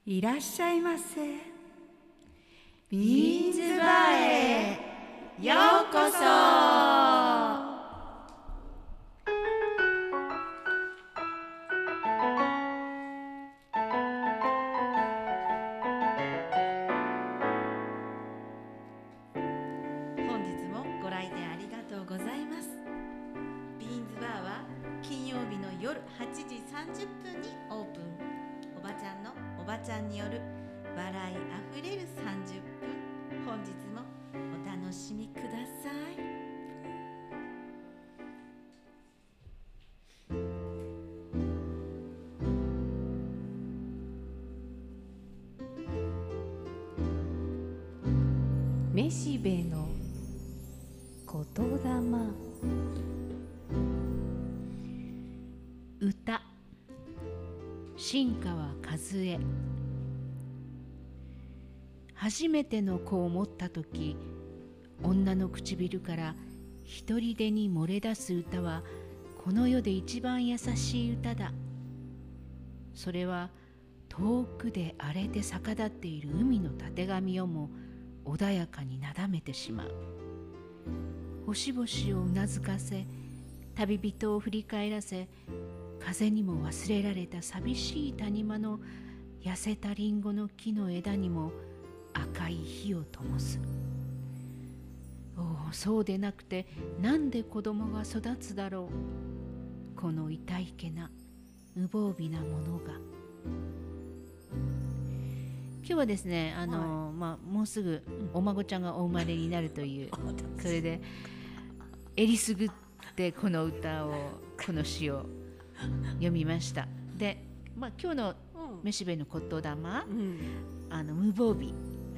いらっしゃいませ。ビーンズバーへようこそ。本日もご来店ありがとうございます。ビーンズバーは金曜日の夜8時30分にオープン。おばちゃんのおばちゃんによる笑いあふれる30分、本日もお楽しみください。めしべの言霊。歌、新川和恵。初めての子を持ったとき、女の唇から一人でに漏れ出す歌はこの世で一番優しい歌だ。それは遠くで荒れて逆立っている海のたてがみをも穏やかになだめてしまう。星々をうなずかせ、旅人を振り返らせ、風にも忘れられた寂しい谷間の痩せたリンゴの木の枝にも赤い火を灯す。おお、そうでなくてなんで子供が育つだろう。この痛いけな無防備なものが。今日はですね、もうすぐお孫ちゃんがお生まれになるという、それでえりすぐってこの歌を、この詩を読みました。で、今日のめしべの言霊、無防備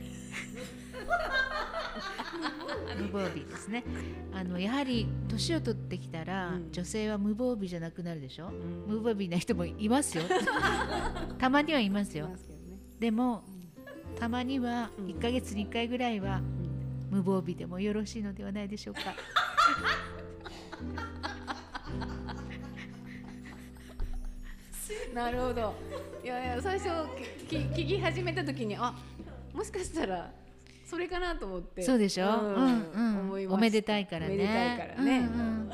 無防備ですね。やはり年を取ってきたら、女性は無防備じゃなくなるでしょ。無防備な人もいますよたまにはいますよ。でもたまには1ヶ月に1回ぐらいは無防備でもよろしいのではないでしょうかなるほど。いやいや、最初聞き始めた時に、もしかしたらそれかなと思って。 そうでしょ、 思いました。 おめでたいからね。 おめでたいからね。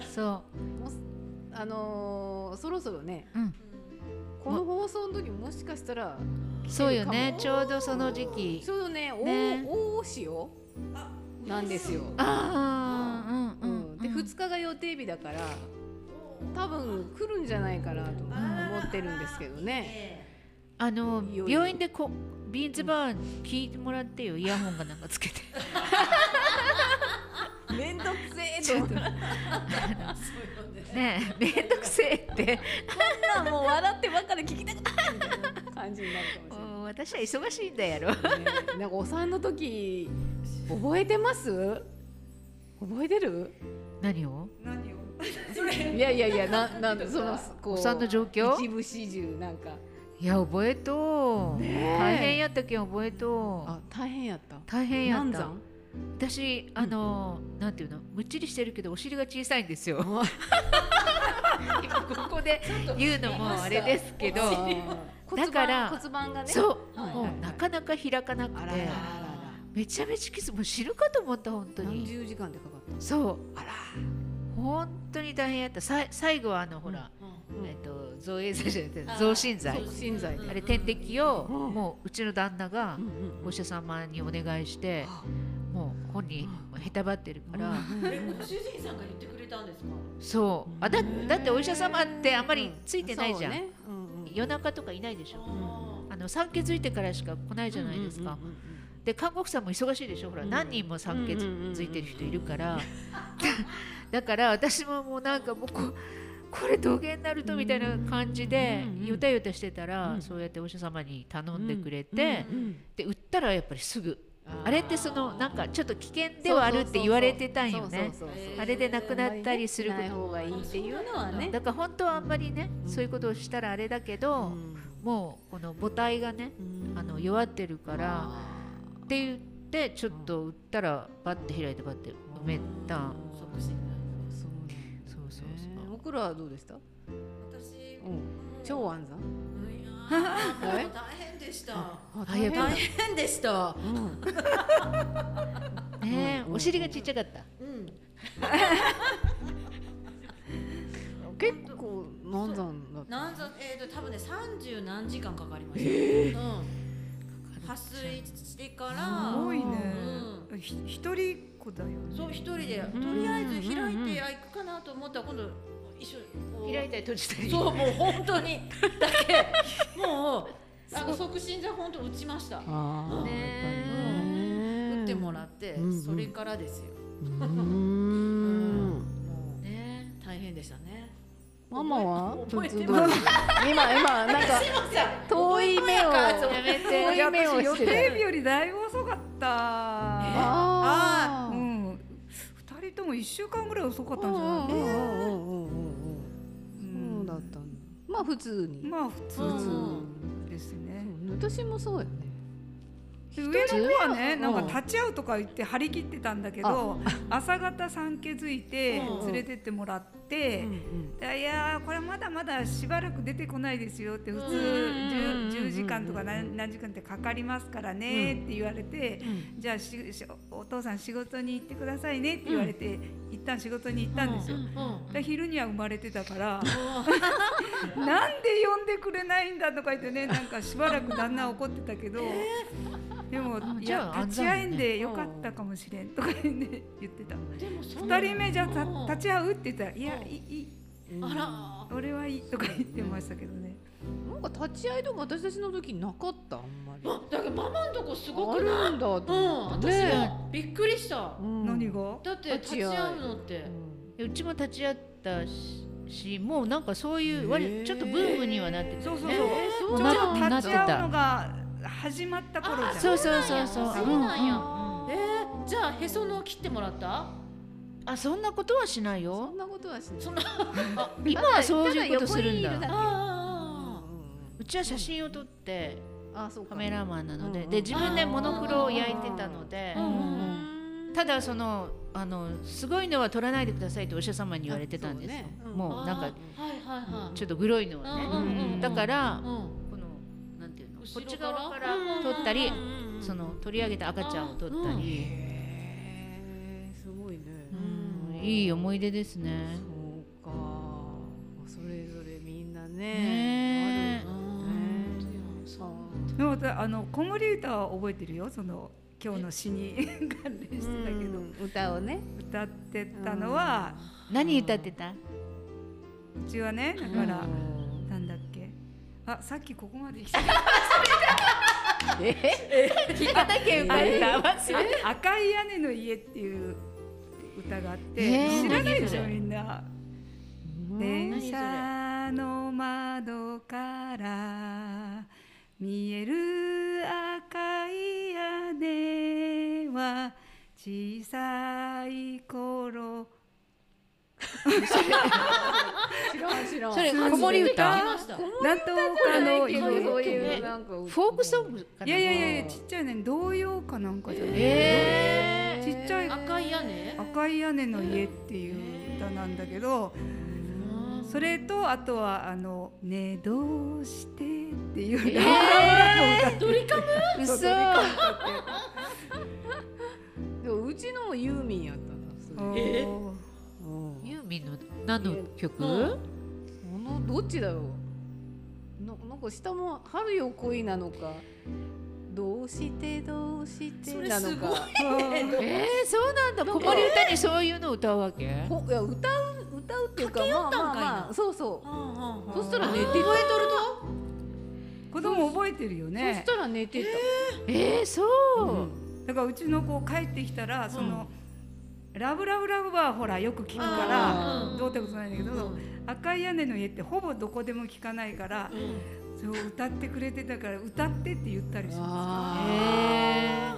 そうそろそろね、この放送の時もしかしたらそうよね、ちょうどその時期ちょうどね、大潮なんですよ。で2日が予定日だから多分来るんじゃないかなと思ってるんですけどね。 病院でビーンズバー聞いてもらってよ、イヤホンがなんかつけてめんどくせえとねえ、めんどくせえってこんなんもう笑ってばっかで聞きたくないみたいな感じになるかもしれない。 私は忙しいんだやろなんかお産の時覚えてます？覚えてる？ 何をいやそのお産の状況、 一部始終なんか。 いや覚えとう、大変やったけん覚えとう。 大変やった。 大変やった。 難私なんていうの、むっちりしてるけどお尻が小さいんですよ今ここで言うのもあれですけどだから骨盤がね、 そう、もうなかなか開かなくて、めちゃめちゃキス、もう死ぬかと思った。本当に何十時間でかかった。 そう、本当に大変やった。最後はほら、造影剤じゃなくて造身剤、あれ点滴をもううちの旦那がお医者様にお願いして、もう本人へたばってるから。 ご主人さんが言ってくれたんですか？ そう、だってお医者様ってあんまりついてないじゃん、夜中とかいないでしょ。産気づいてからしか来ないじゃないですか。で看護婦さんも忙しいでしょ。ほら、何人も産気づいてる人いるからだから私ももうなんかもうこれ土下になるとみたいな感じでよたよたしてたら、そうやってお医者様に頼んでくれて、で売ったらやっぱりすぐ、あれってなんかちょっと危険ではあるって言われてたんよね。あれで亡くなったりするない方がいいっていうのはね。 だから本当はあんまりね、そういうことをしたらあれだけど、もうこの母体がね、弱ってるからって言ってちょっと売ったらバッて開いてバッて埋めた。 僕らはどうでした？ 私、 超安産？ 大変ででした。 あやっぱ大変でした。 ね、お尻がちっちゃかった。 結構難産だった。 多分ね30何時間かかりました。破水してから。 すごいね。一人っ子だよね。 そう一人でとりあえず開いて行くかなと思ったら今度一緒に開いたり閉じたり。 そうもう本当にだけもう促進剤本当打ちました。打ってもらってそれからですよ。もう大変でしたね。 ママは覚えて今ますなんか遠い目を遠い目を予して定日よりだいぶ遅かった。2人とも1週間ぐらい遅かったんじゃないかな。 そうだったんだ。まあ普通に。 まあ普通ですね。 私もそうよね。 上の子はね、なんか立ち会うとか言って張り切ってたんだけど、朝方産気づいて連れてってもらって、いやこれまだまだしばらく出てこないですよって、普通10時間とか何時間ってかかりますからねって言われて、じゃあお父さん仕事に行ってくださいねって言われて、一旦仕事に行ったんですよ。昼には生まれてたからなんで呼んでくれないんだとか言ってね、なんかしばらく旦那怒ってたけど、でもいや立ち会えんでよかったかもしれんとか言ってた。2人目じゃ立ち会うって言ったら、いやいい俺はいいとか言ってましたけどね。 なんか立ち会いとか私たちの時なかったあんまり。 だからママのとこすごくあるんだと思って私もびっくりした。 何が？ だって立ち会うのってうちも立ち会ったし、もうなんかそういうちょっとブームにはなってたよね。 そうちょっと立ち会うのが始まった頃じゃん。 そうそうなんや。じゃあへその緒切ってもらった？ そんなことはしないよ。 そんなことはしない。 今はそういうことするんだ。 だ。 うちは写真を撮ってカメララマンなので、自分でモノクロを焼いてたので、ただすごいのは撮らないでくださいとお医者様に言われてたんですよ。もうなんかちょっとグロいのはね。だからこのなんていうの、こっち側から撮ったり、取り上げた赤ちゃんを撮ったり。 すごいね。 いい思い出ですね。 そうか。それぞれみんなね。 でも子守歌は覚えてるよ。今日の詩に関連してたけど、 歌をね歌ってたのは何歌ってた？ うちはね、だからなんだっけ、さっきここまで来た聞かなきゃよかった。 赤い屋根の家っていう歌があって、知らないでしょみんな。電車の窓から見える赤い屋根は小さい頃。 知らん。 それ子守歌？ なんとかのそういうなんかフォークソングかな？ いやちっちゃいね、童謡かなんかじゃない。ちっちゃい赤い屋根の家っていう歌なんだけど、それとあとはねどうしてっていうドリカム？ 嘘。 でもうちのもユーミンやったな。 ユーミンの何の曲？ どっちだろう。なんか下も春よ恋なのか、どうしてなのか。 そうなんだ。子守歌にそういうのを歌うわけ？ いや歌うっていうか、まあそうそう。そしたら寝てた。 子供覚えてるよね。 そしたら寝てた。 そう。 だからうちの子帰ってきたらラブラブラブはほらよく聞くからどうってことないんだけど、赤い屋根の家ってほぼどこでも聞かないから、それを歌ってくれてたから歌ってって言ったりします。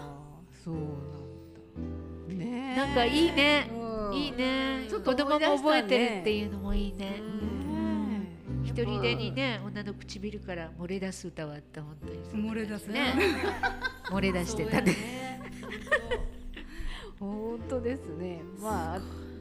そうなんだね。 なんかいいね。いいね。子供も覚えてるっていうのもいいね。一人でにね、女の唇から漏れ出す歌はあった。本当に漏れ出すね。漏れ出してたね。 本当ですね。まあ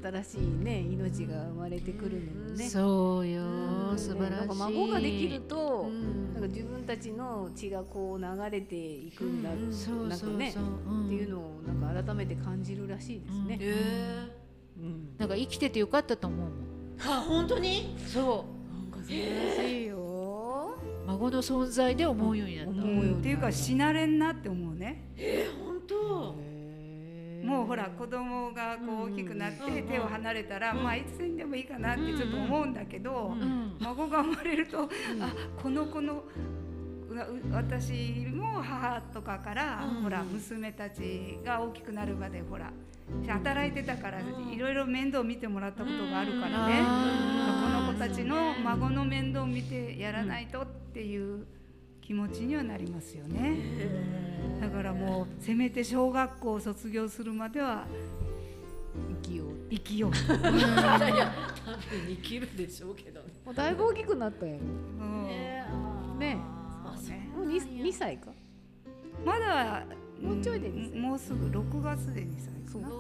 新しいね命が生まれてくるのもね、 そうよ、素晴らしい。 なんか孫ができると、なんか自分たちの血がこう流れていくんだ、なんかねっていうのをなんか改めて感じるらしいですね。 なんか生きててよかったと思うもん。 あ、本当に？ そう。 なんか素晴らしいよ。 孫の存在で思うようになった。 っていうか死なれんなって思うね。 本当。 もうほら子供がこう大きくなって手を離れたら、まあいつにでもいいかなってちょっと思うんだけど、孫が生まれると、あ、この子の私も母とかから、ほら娘たちが大きくなるまでほら働いてたからいろいろ面倒を見てもらったことがあるからね、この子たちの孫の面倒を見てやらないとっていう気持ちにはなりますよね。だからもうせめて小学校を卒業するまでは生きよう。 いやいや、多分生きるでしょうけどね。 もうだいぶ大きくなったよ。ね。もう2歳か。 まだもうちょいで2歳。 もうすぐ6月で2歳かな。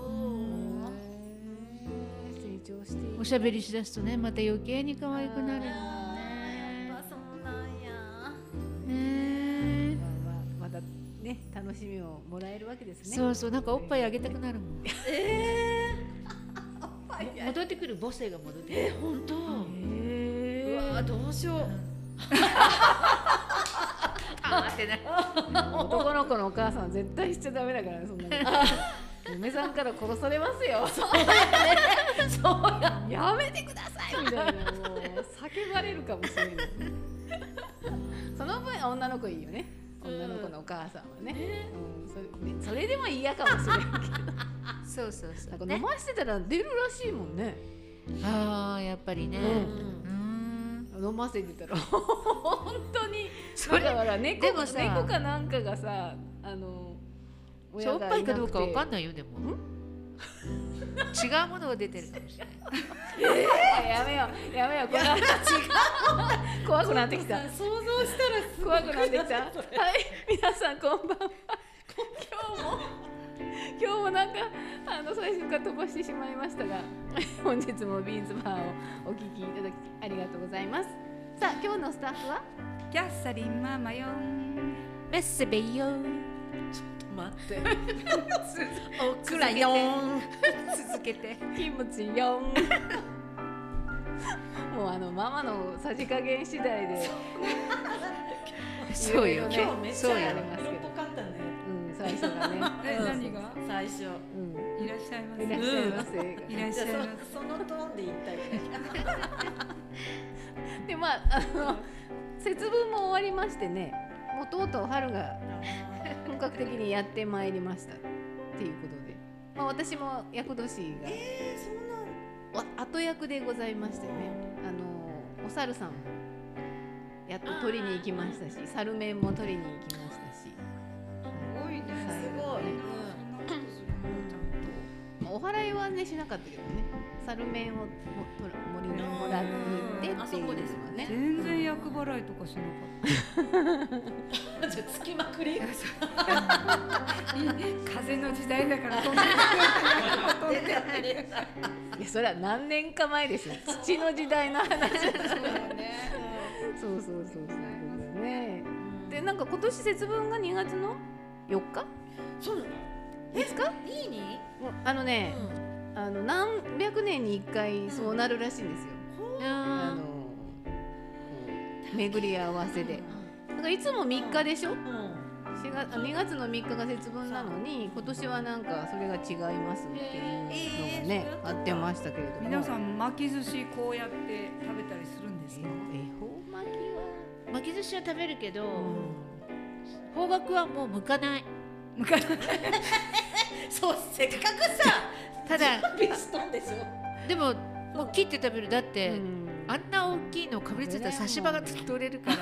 成長して。 おしゃべりしだすとね、また余計に可愛くなる。 やっぱそうなんや。 ね。 まだね、楽しみをもらえるわけですね。 そうそう、なんかおっぱいあげたくなるもん。戻ってくる母性が戻ってくる。 本当。うわ、どうしよう。 男の子のお母さんは絶対しちゃダメだからね、そんなの。嫁さんから殺されますよ。そうや、やめてくださいみたいな、もう叫ばれるかもしれない。その分女の子いいよね。女の子のお母さんはね。それでも嫌かもしれないけど。 そうそうそう。 なんか飲ましてたら出るらしいもんね。 ああ、やっぱりね。 飲ませてたら本当にそれだから猫かなんかがさ、 しょっぱいかどうかわかんないよ。でも違うものが出てるかもしれない。 やめようやめよう、これ違う怖くなってきた。 想像したら怖くなってきた。はい、皆さんこんばんは。今日もなんか最初から飛ばしてしまいましたが、本日もビーズバーをお聞きいただきありがとうございます。さあ、今日のスタッフはキャッサリンママよん、 メッセベイよ。 待っておくらよん続けて。 キムチ4。もうママのさじ加減次第でそうよ。 今日めっちゃやりますけど、 色っぽかったね。 最初がね。 何が最初。 いらっしゃいませ。 いらっしゃいませ。 いらっしゃいませ。 そのトーンで言いたい。 で、まあ節分も終わりましてね、もうとうとう春が本格的にやってまいりましたっていうことで、まあ、私も厄年が、 そんな後役でございましてね、お猿さんもやっと取りに行きましたし、猿面も取りに行きましたし、 すごいね。 すごい。 お祓いはねしなかったけどね、猿面を森にもらってってっていうのはね。 全然厄払いとかしなかった。 じゃあつきまくり。 風の時代だから飛んでいや、それは何年か前ですよ。土の時代の話だね。そうそうね。で、なんか今年節分が2月の4日？ そうなの？ いつか？ いいに？ 何百年に1回そうなるらしいんですよ。巡り合わせで。だからいつも3日でしょ？2月の3日が節分なのに、今年はなんかそれが違いますっていうのがね、あってましたけれども。 皆さん巻き寿司こうやって食べたりするんですか？ 恵方巻きは巻き寿司は食べるけど、方角はもう向かない。 そう、せっかくさただ準備しとんでしょ。 でももう切って食べる。だって、あんな大きいのかぶりついたら差し歯が取れるから。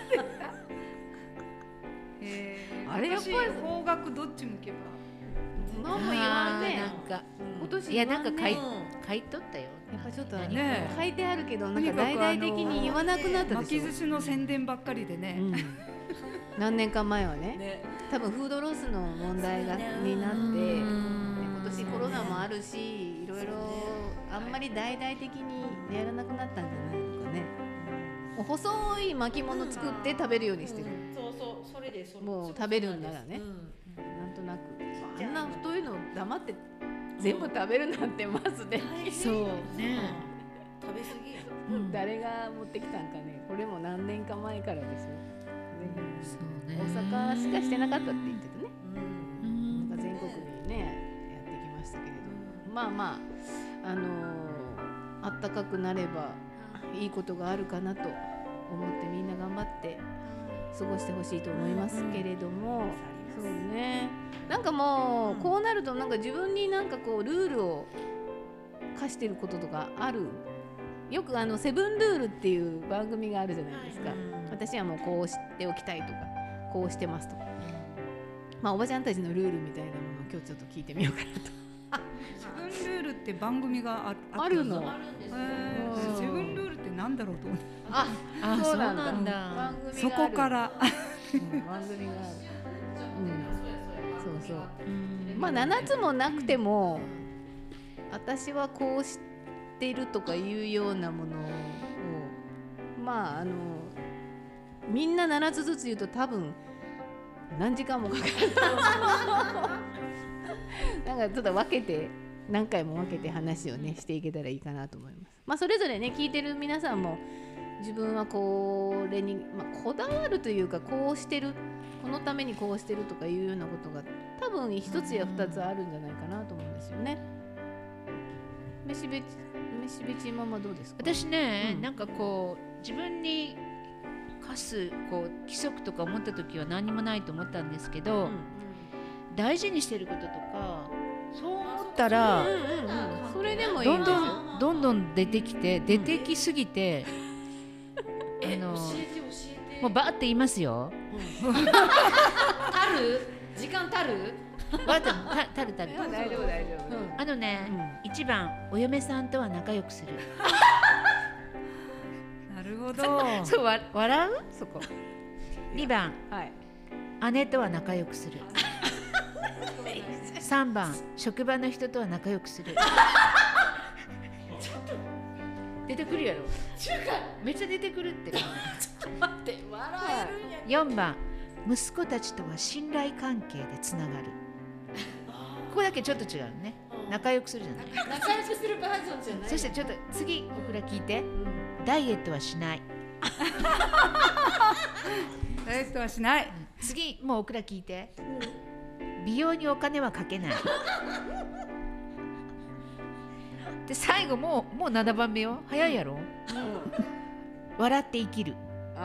あれやっぱり方角どっち向けば？ なんも言わんね。 なんか今年いや、なんか買いや取ったよ。 っぱちょっとね書いてあるけど、なんか大々的に言わなくなったでしょ。 巻き寿司の宣伝ばっかりでね。 何年か前はね、多分フードロスの問題になって、今年コロナもあるし、いろいろあんまり大々的にやらなくなったんじゃないのかね。細い巻物作って食べるようにしてる。 そうそう、それでもう食べるんならね、なんとなくあんな太いの黙って全部食べるなんてまずね、 そうね、食べ過ぎや。 誰が持ってきたんかね。これも何年か前からですよ。 そうね。 大阪しかしてなかったって言ってたね。 うん、 なんか全国にねやってきましたけれど、まあまああったかくなればいいことがあるかなと思ってみんな頑張って過ごしてほしいと思いますけれども、そうね。なんかもうこうなるとなんか自分になんかこうルールを課してることとかある。よくセブンルールっていう番組があるじゃないですか。私はもうこうしておきたいとかこうしてますとか、まあおばちゃんたちのルールみたいなものを今日ちょっと聞いてみようかなと。 セブンルールって番組があるの。 セブンルールってなんだろうと思って。 あ、そうなんだ。番組がある。 そこから番組がある。そうそう。まあ7つもなくても私はこうしているとかいうようなものをまあみんな7つずつ言うと多分何時間もかかる。なんかちょっと分けて何回も分けて話をねしていけたらいいかなと思います。まあそれぞれね聞いてる皆さんも自分はこれに、こだわるというかこうしてる、このためにこうしてるとかいうようなことが多分1つや2つあるんじゃないかなと思うんですよね。めしべちママどうですか？ 私ね、なんかこう自分に課すこう規則とか思った時は何もないと思ったんですけど、大事にしてることとかそう思ったら、 それでもいいんですよ。 どんどん出てきすぎて、もうバーって言いますよ。 時間たるバーってたる大丈夫大丈夫。 1番お嫁さんとは仲良くする。 なるほど。 そう笑うそこ。2番、姉とは仲良くする。3番職場の人とは仲良くする。出てくるやろ。めっちゃ出てくるって。 ちょっと待って、笑えるんや。 4番息子たちとは信頼関係でつながる。ここだけちょっと違うね。仲良くするじゃない。 仲良くするバージョンじゃない。 そしてちょっと次オクラ聞いて。ダイエットはしない。 ダイエットはしない。 次もうオクラ聞いて。美容にお金はかけない。で最後もう7番目よ。早いやろ。笑って生きる。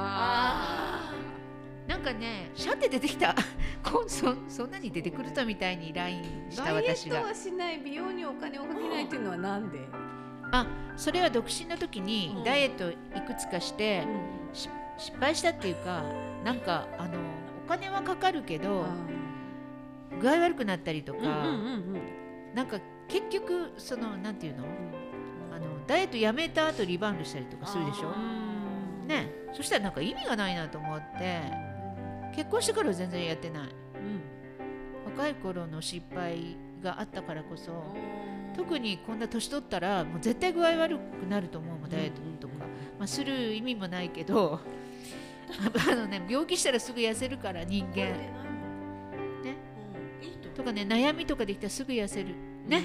なんかね、シャって出てきた。そんなに出てくるとみたいに LINE した私が。 ダイエットはしない、美容にお金をかけないっていうのはなんで？ それは独身の時にダイエットいくつかして、失敗したっていうか、なんかお金はかかるけど具合悪くなったりとか、なんか結局なんていうの、ダイエットやめた後リバウンドしたりとかするでしょ。ね、そしたらなんか意味がないなと思って、結婚してからは全然やってない。若い頃の失敗があったからこそ、特にこんな年取ったらもう絶対具合悪くなると思うもん、ダイエットとか、する意味もないけど病気したらすぐ痩せるから人間ね、とかね、悩みとかできたらすぐ痩せるね。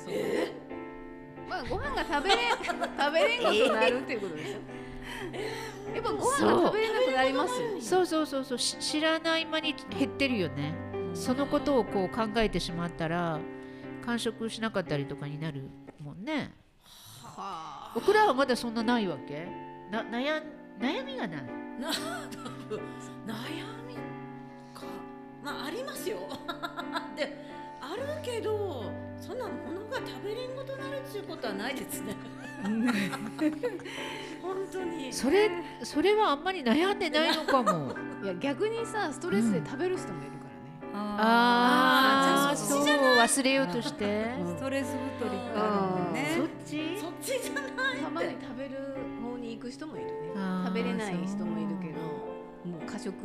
ご飯が食べれんことになるっていうことでしょ。やっぱご飯が食べれなくなりますよ。 そう知らない間に減ってるよね。そのことをこう考えてしまったら完食しなかったりとかになるもんね。僕らはまだそんなないわけ？悩みがない。 悩みか、ありますよ。であるけど、そんなものが食べれんことになるっていうことはないですね。本当に。 それはあんまり悩んでないのかも。 いや逆にさ、ストレスで食べる人もいるからね。 そう忘れようとして。 ストレス太りってあるもんね。 そっちじゃない。 たまに食べる方に行く人もいるね。食べれない人もいるけど、もう過食。 食べれんよ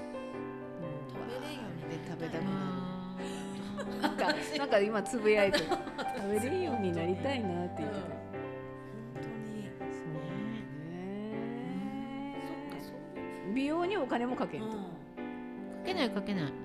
うにで食べたくなる。なんか今つぶやいて食べれるようになりたいなって言ってた。 美容にお金もかけんと、 かけないかけない。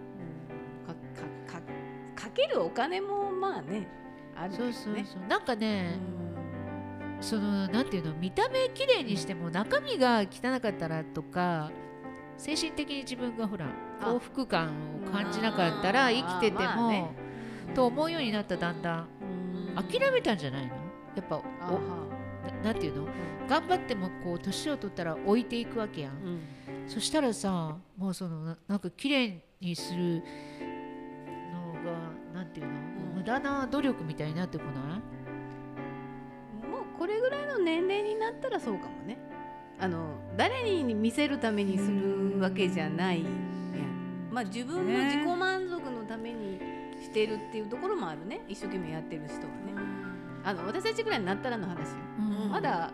かけるお金もまあねあるけどね。 そうなんかね、そのなんていうの、見た目綺麗にしても中身が汚かったらとか、精神的に自分がほら幸福感を感じなかったら生きてても、 まあねと思うようになった。だんだん諦めたんじゃないの、やっぱなんていうの、頑張ってもこう年を取ったら置いていくわけやん、そしたらさ、もうそのなんか綺麗にするのがなんていうの、無駄な努力みたいになってこない？ もうこれぐらいの年齢になったらそうかもね。誰に見せるためにするわけじゃないやん。まあ自分の自己満足のためにしてるっていうところもあるね。一生懸命やってる人はね。私たちぐらいになったらの話よ。まだ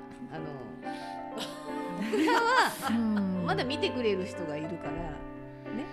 僕らはまだ見てくれる人がいるからね。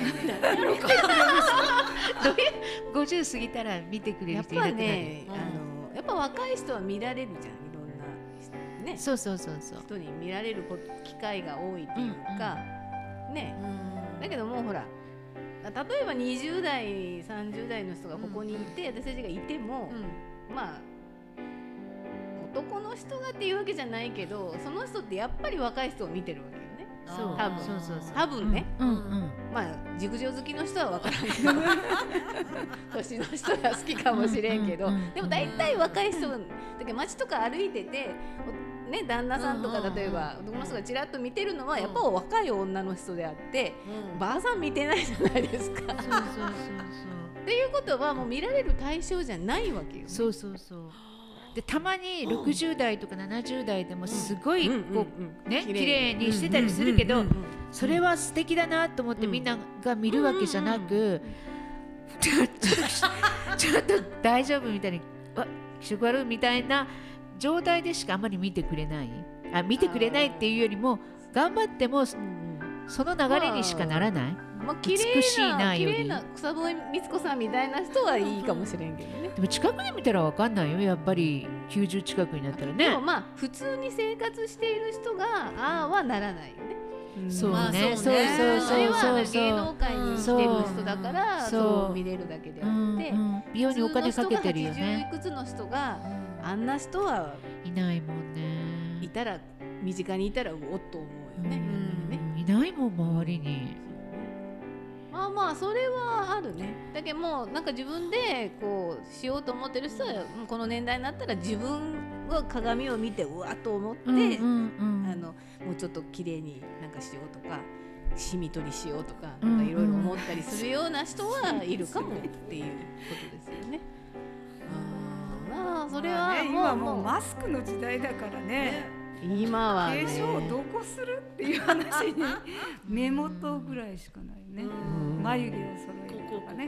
50過ぎたら見てくれる人いなくなる。 やっぱ若い人は見られるじゃん、いろんな人ね。 そう人に見られる機会が多いっていうか、ね。だけどもうほら、例えば20代30代の人がここにいて、私たちがいても、まあ男の人がっていうわけじゃないけど、その人ってやっぱり若い人を見てるわけよね。多分ね。まあ熟女好きの人は分からんけど年の人が好きかもしれんけど、でも大体若い人だけど、街とか歩いててね、旦那さんとか例えば男の人がちらっと見てるのはやっぱ若い女の人であって、ばあさん見てないじゃないですか。っていうことはもう見られる対象じゃないわけよね。でたまに60代とか70代でもすごいこうね、綺麗にしてたりするけど、それは素敵だなと思ってみんなが見るわけじゃなく、ちょっと大丈夫みたいに、気色悪いみたいな状態でしかあんまり見てくれない。見てくれないっていうよりも、頑張ってもその流れにしかならない。 綺麗な草笛光子さんみたいな人はいいかもしれんけどね。 でも近くで見たら分かんないよ、やっぱり90近くになったらね。 でもまあ普通に生活している人がああはならないよね。 そうね、それは芸能界にしてる人だからそう見れるだけであって、 美容にお金かけてるよね。 80いくつの人があんな人はいないもんね。 いたら身近にいたらおっと思うよね。 いないもん周りに。 まあそれはあるね。だけどもうなんか自分でこうしようと思ってる人はこの年代になったら自分は鏡を見てうわっと思って、もうちょっと綺麗になんかしようとかシミ取りしようとかいろいろ思ったりするような人はいるかもっていうことですよね。まあそれは今もうマスクの時代だからね。 今はね、 化粧どこするっていう話に目元ぐらいしかないね。眉毛を揃えるとかね。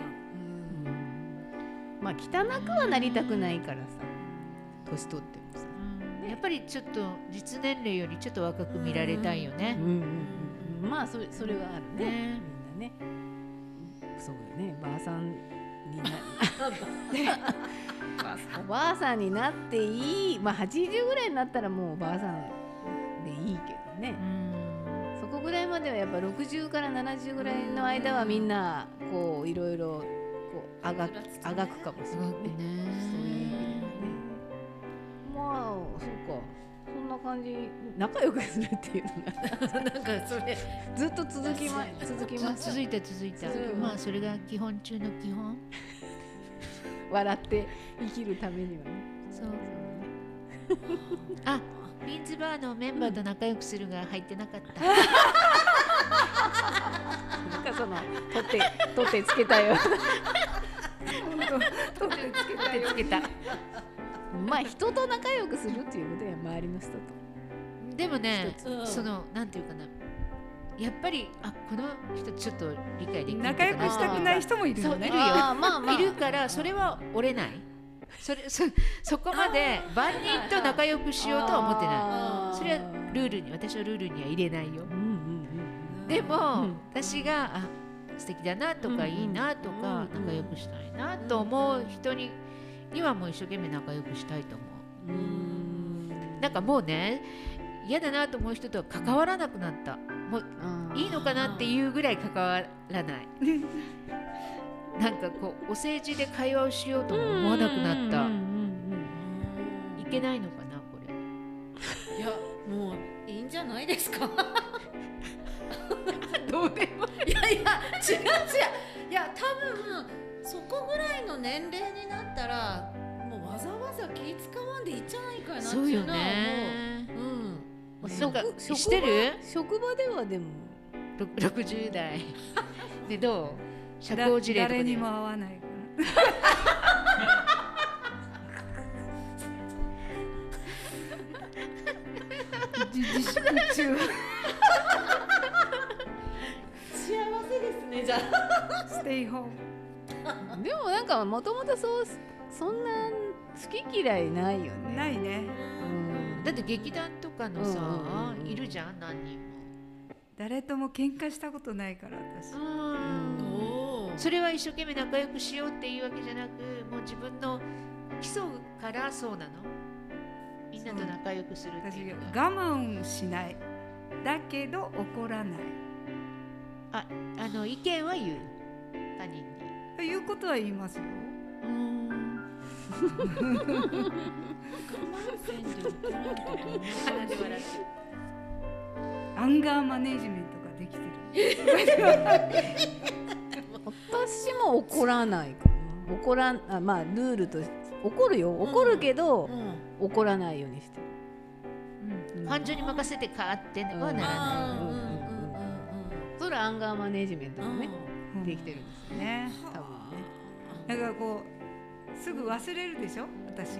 まあ汚くはなりたくないからさ、年取ってもさ、 やっぱりちょっと実年齢よりちょっと若く見られたいよね。 まあそれはあるね。みんなね。そうよね。ばあさんにおばあさんになっていい。まあ80ぐらいになったらもうおばあさんでいいけどね。そこぐらいまではやっぱ60から70ぐらいの間はみんなこういろいろこうあがくかもしれないね。そういう意味ではね。まあそうか。そんな感じ、仲良くするっていうのがなんかそれずっと続きま続いた。まあそれが基本中の基本。 笑って生きるためにはね。 そうあ、ビーンズバーのメンバーと仲良くするが入ってなかった。 なんかその取ってつけたよ。 取ってつけた。 まあ人と仲良くするっていうことや、周りの人と。 でもね、そのなんていうかな、やっぱりこの人ちょっと理解できない。 仲良くしたくない人もいるよね。 いるからそれは折れない。そこまで万人と仲良くしようとは思ってない。それは私はルールには入れないよ。でも私が素敵だなとかいいなとか仲良くしたいなと思う人にはもう一生懸命仲良くしたいと思う。なんかもうね、嫌だなと思う人とは関わらなくなった。もういいのかなっていうぐらい関わらないなんかこうお世辞で会話をしようとも思わなくなったいけないのかなこれいやもういいんじゃないですかどうでもいやいや違う違ういや多分そこぐらいの年齢になったらもうわざわざ気使わんでいいんじゃないかなってそうよいうのはねもうなんかしてる職場ではでも 60代でどう社交辞令とかで誰にも合わないから自粛中幸せですねじゃあステイホームでもなんかもともとそんな好き嫌いないよね。 ないね。 だって劇団とかのさ、いるじゃん何人も。 誰とも喧嘩したことないから私。 それは一生懸命仲良くしようっていうわけじゃなく、もう自分の基礎からそうなの。みんなと仲良くするっていうのは。 我慢しない。だけど怒らない。 意見は言う。他人に。 言うことは言いますよ。 我慢せんで怒らんとどんな鼻で笑ってる。 アンガーマネージメントができてる。 私も怒らないかな。まあルールと怒るよ。怒るけど、怒らないようにしてる。 感情に任せてかってはならない。 それはアンガーマネージメントがね、できてるんですよね。多分ね。 だからこうすぐ忘れるでしょ私。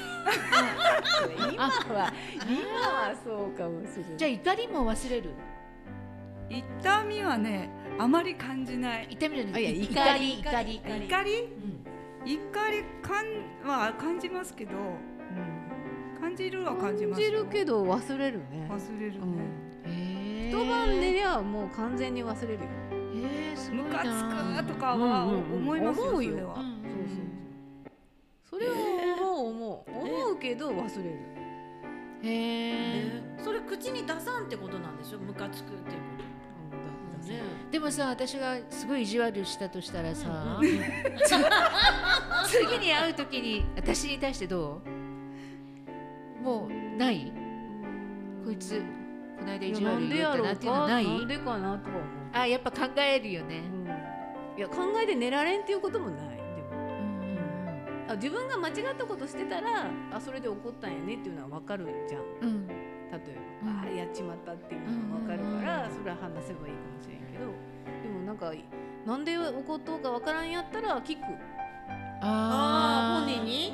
今はそうかもしれない。 じゃあ怒りも忘れる。 痛みはねあまり感じない。 痛みじゃない。 怒りは感じますけど、感じるは感じますよ。 感じるけど忘れるね。 忘れるね。 一晩寝りゃもう完全に忘れるよ。 ムカつくとかは思いますよ。それは。 それは思うけど忘れる。 それ口に出さんってことなんでしょ。ムカつくっていうこと。 でもさ、私がすごい意地悪したとしたらさ、次に会うときに私に対してどう？もうない？こいつこの間意地悪言ったなっていうのない？ なんでかなとは思う。 やっぱ考えるよね。 いや考えて寝られんっていうこともない。でも自分が間違ったことしてたらそれで怒ったんやねっていうのは分かるじゃん。例えばやっちまったっていうのが分かるからそれは話せばいいかもしれんけど、でもなんで怒っとうか分からんやったら聞く。 本人に？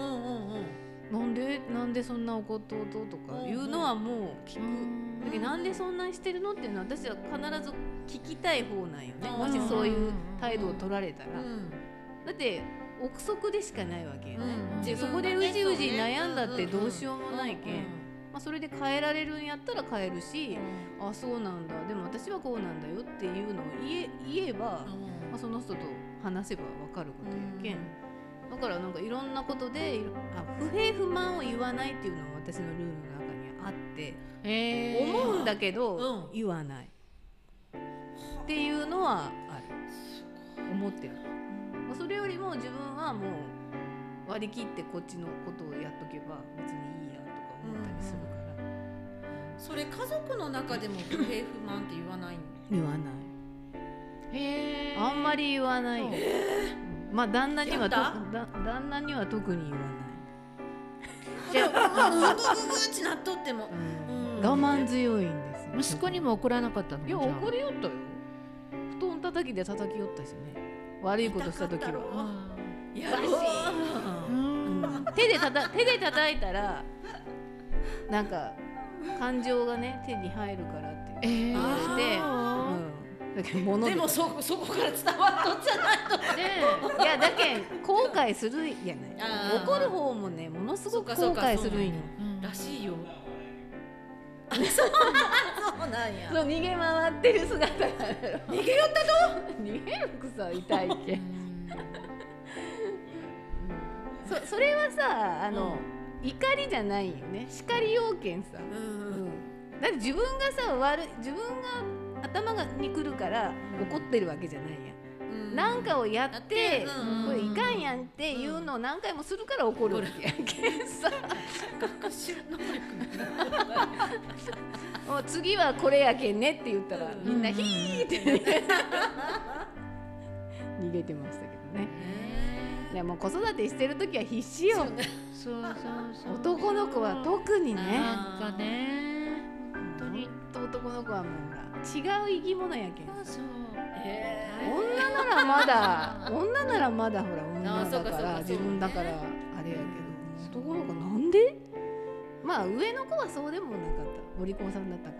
なんでそんな怒っとうととかいうのはもう聞く。だけどなんでそんなにしてるのっていうのは私は必ず聞きたい方なんよね。もしそういう態度を取られたら、だって憶測でしかないわけよね。そこでうじうじ悩んだってどうしようもないけん、それで変えられるんやったら変えるし、そうなんだ、でも私はこうなんだよっていうのを言えば、その人と話せば分かることやけん。だからなんかいろんなことで不平不満を言わないっていうのが私のルールの中にあって、思うんだけど言わないっていうのはある。思ってる。それよりも自分はもう割り切ってこっちのことをやっとけば別にいいやとか思ったりするから。 それ家族の中でも不平不満って言わないの？ 言わない。あんまり言わない。まあ旦那には特に言わない。 じゃあグーってなっとっても我慢強いんです。 息子にも怒らなかったの？ いや怒りよったよ。布団叩きで叩きよったしね。悪いことした時は。 やらしい。 手で叩いたらなんか感情がね手に入るからって言われて。だけどでもそこから伝わっとっちゃないと。 いやだけん後悔するやない。怒る方もねものすごく後悔するんよ。 らしいよ。そうなんや。 そう逃げ回ってる姿が逃げよったと？ 逃げるくさ痛いけん。それはさ怒りじゃないよね。叱り要件さ。だって自分がさ自分が頭に来るから怒ってるわけじゃないや、 うんなんかをやってうんこれいかんやんっていうのを何回もするから怒るわけやんけさ学習能力もう次はこれやけんねって言ったらみんなヒーって逃げてましたけどね。でも子育てしてる時は必死よ。 そうそうそう。 男の子は特にね。 なんかね、本当に男の子はもうほら違う生き物やけん。 そう。 女ならまだ女ならまだほら女だかそうかそうから自分だからあれやけど、男の子なんで？まあ上の子はそうでもなかった。お利口さんだったから。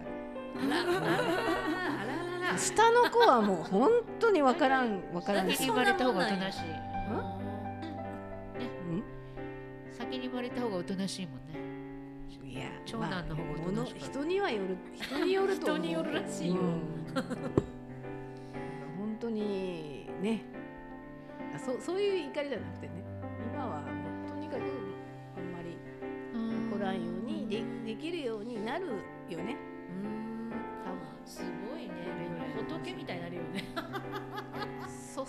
下の子はもう本当にわからん先に生まれた方がおとなしい。 うん？ 先に生まれた方がおとなしいもんね。 いや長男の方がおとなしかった。 人にはよると思う。 人によるらしいよ本当にね、そういう怒りじゃなくてね、今はもうとにかくあんまり怒らんようにできるようになるよね。多分すごいね。仏みたいになるよね。 そう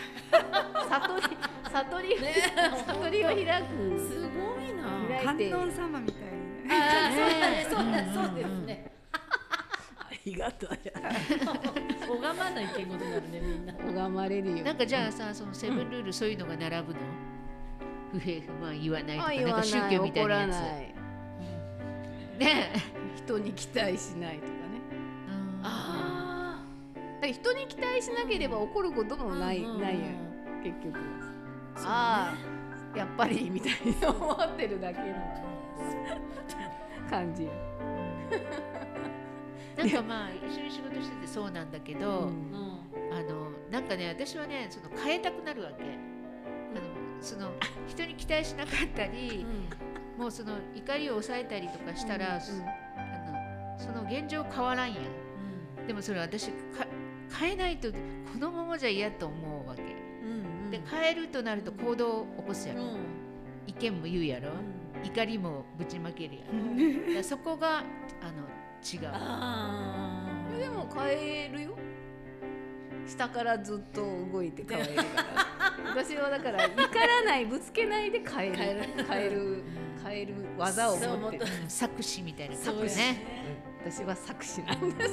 悟りを開く。 すごいな。 開いて観音様みたいにね。 ああ、そうですね。 ありがとうや。 拝まないけんことになるね、みんな。 拝まれるよ。 なんかじゃあさ、そのセブンルールそういうのが並ぶの？不平不満言わないとか、なんか宗教みたいなやつ。ね。 人に期待しないとかね。 あだから人に期待しなければ怒ることもないやん結局。ああやっぱりみたいに思ってるだけの感じ。 なんかまあ一緒に仕事しててそうなんだけど、なんかね私はねその変えたくなるわけ。その人に期待しなかったり、もうその怒りを抑えたりとかしたら、その現状変わらんやん。でもそれ私変えないとこのままじゃ嫌と思うわけ。で変えるとなると行動を起こすやろ。意見も言うやろ。怒りもぶちまけるやろ。だからそこが違う。 でも変えるよ。下からずっと動いて変えるから。私はだから怒らないぶつけないで変える技を持ってる。 作詞みたいな感じね。 私は作詞なんです。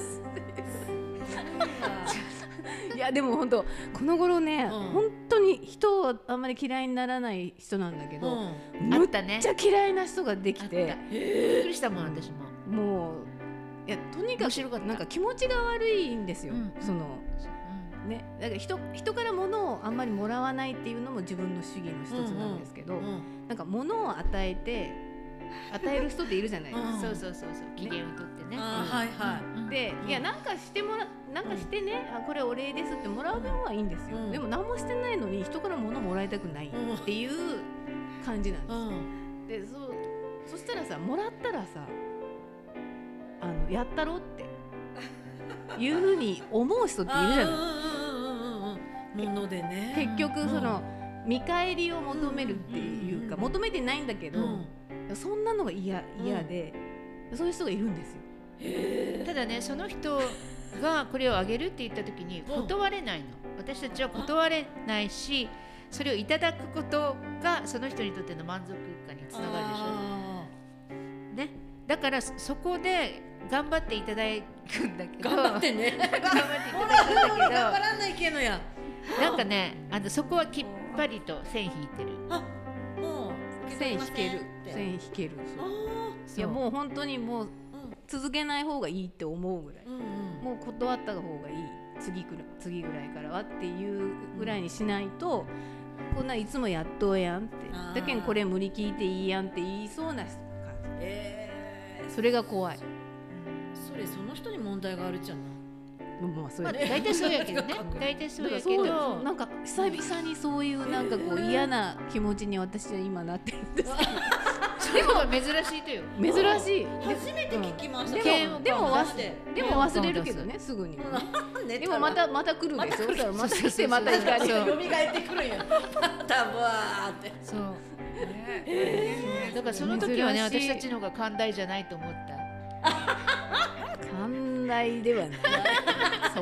いやでも本当この頃ね、本当に人をあんまり嫌いにならない人なんだけど、むっちゃ嫌いな人ができて、 びっくりしたもん私も。 もういやとにかくなんか気持ちが悪いんですよ。そのね、だから人から物をあんまりもらわないっていうのも自分の主義の一つなんですけど、なんか物を与える人っているじゃないですか。 そう機嫌をとってね。 はいはい。 でいやなんかしてね、これお礼ですってもらう分はいいんですよ。でも何もしてないのに人から物もらいたくないっていう感じなんです。でそしたらさ、もらったらさやったろっていうふうに思う人っているじゃない。 ものでね。 結局その見返りを求めるっていうか、求めてないんだけど、そんなのが嫌で、そういう人がいるんですよ。 ただね、その人がこれをあげるって言った時に断れないの。私たちは断れないし、それをいただくことがその人にとっての満足感につながるでしょ。ね、だからそこで頑張っていただくんだけど、 頑張ってね。 頑張っていただくんだけど、 頑張らないけのや。 なんかね、そこはきっぱりと線引いてる。 もう線引ける。いやもう本当にもう続けない方がいいって思うぐらい。もう断った方がいい。次ぐらいからはっていうぐらいにしないと、こんないつもやっとうやんって。だけんこれ無理聞いていいやんって言いそうな人感じ。それが怖い。 その人に問題があるじゃない。 大体そうやけどね。大体そうやけど、 なんか久々にそういうなんかこう嫌な気持ちに私は今なってるんですけど。 それは珍しいとよ。 珍しい。 初めて聞きました。 でも忘れるけどね、すぐに。でもまた来るでしょ。そしたらまた来てまた怒りが蘇ってくるんや。またわーって。 そう。だからその時はね、私たちの方が寛大じゃないと思った。 寛大ではない。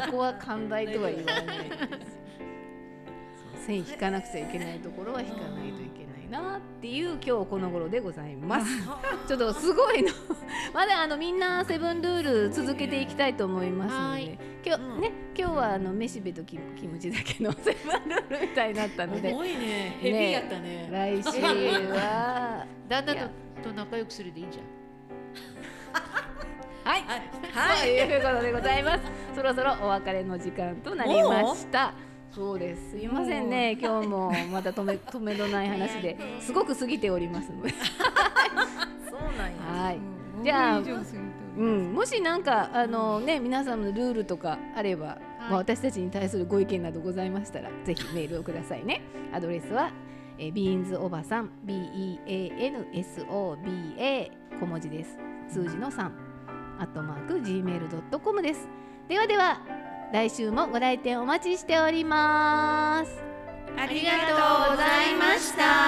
こは寛大とは言わないです。線引かなくちゃいけないところは引かないといけないなっていう今日この頃でございます。ちょっとすごいのまだみんなセブンルール続けていきたいと思いますので、今日はめしべとキムチだけのセブンルールみたいになったので、 すごいね、ヘビーやったね。 来週は旦那と仲良くするでいいじゃん。 はい、ということでございます。そろそろお別れの時間となりました。そうです。すいませんね。今日もまた止めどない話ですごく過ぎておりますので。 そうなんや。 はい。じゃあ、もしなんか皆さんのルールとかあれば、私たちに対するご意見などございましたら、ぜひメールをくださいね。アドレスはbeans おばさん BEANSOBA 小文字です。数字の3@gmail.com です。ではでは。来週もご来店お待ちしております。 ありがとうございました。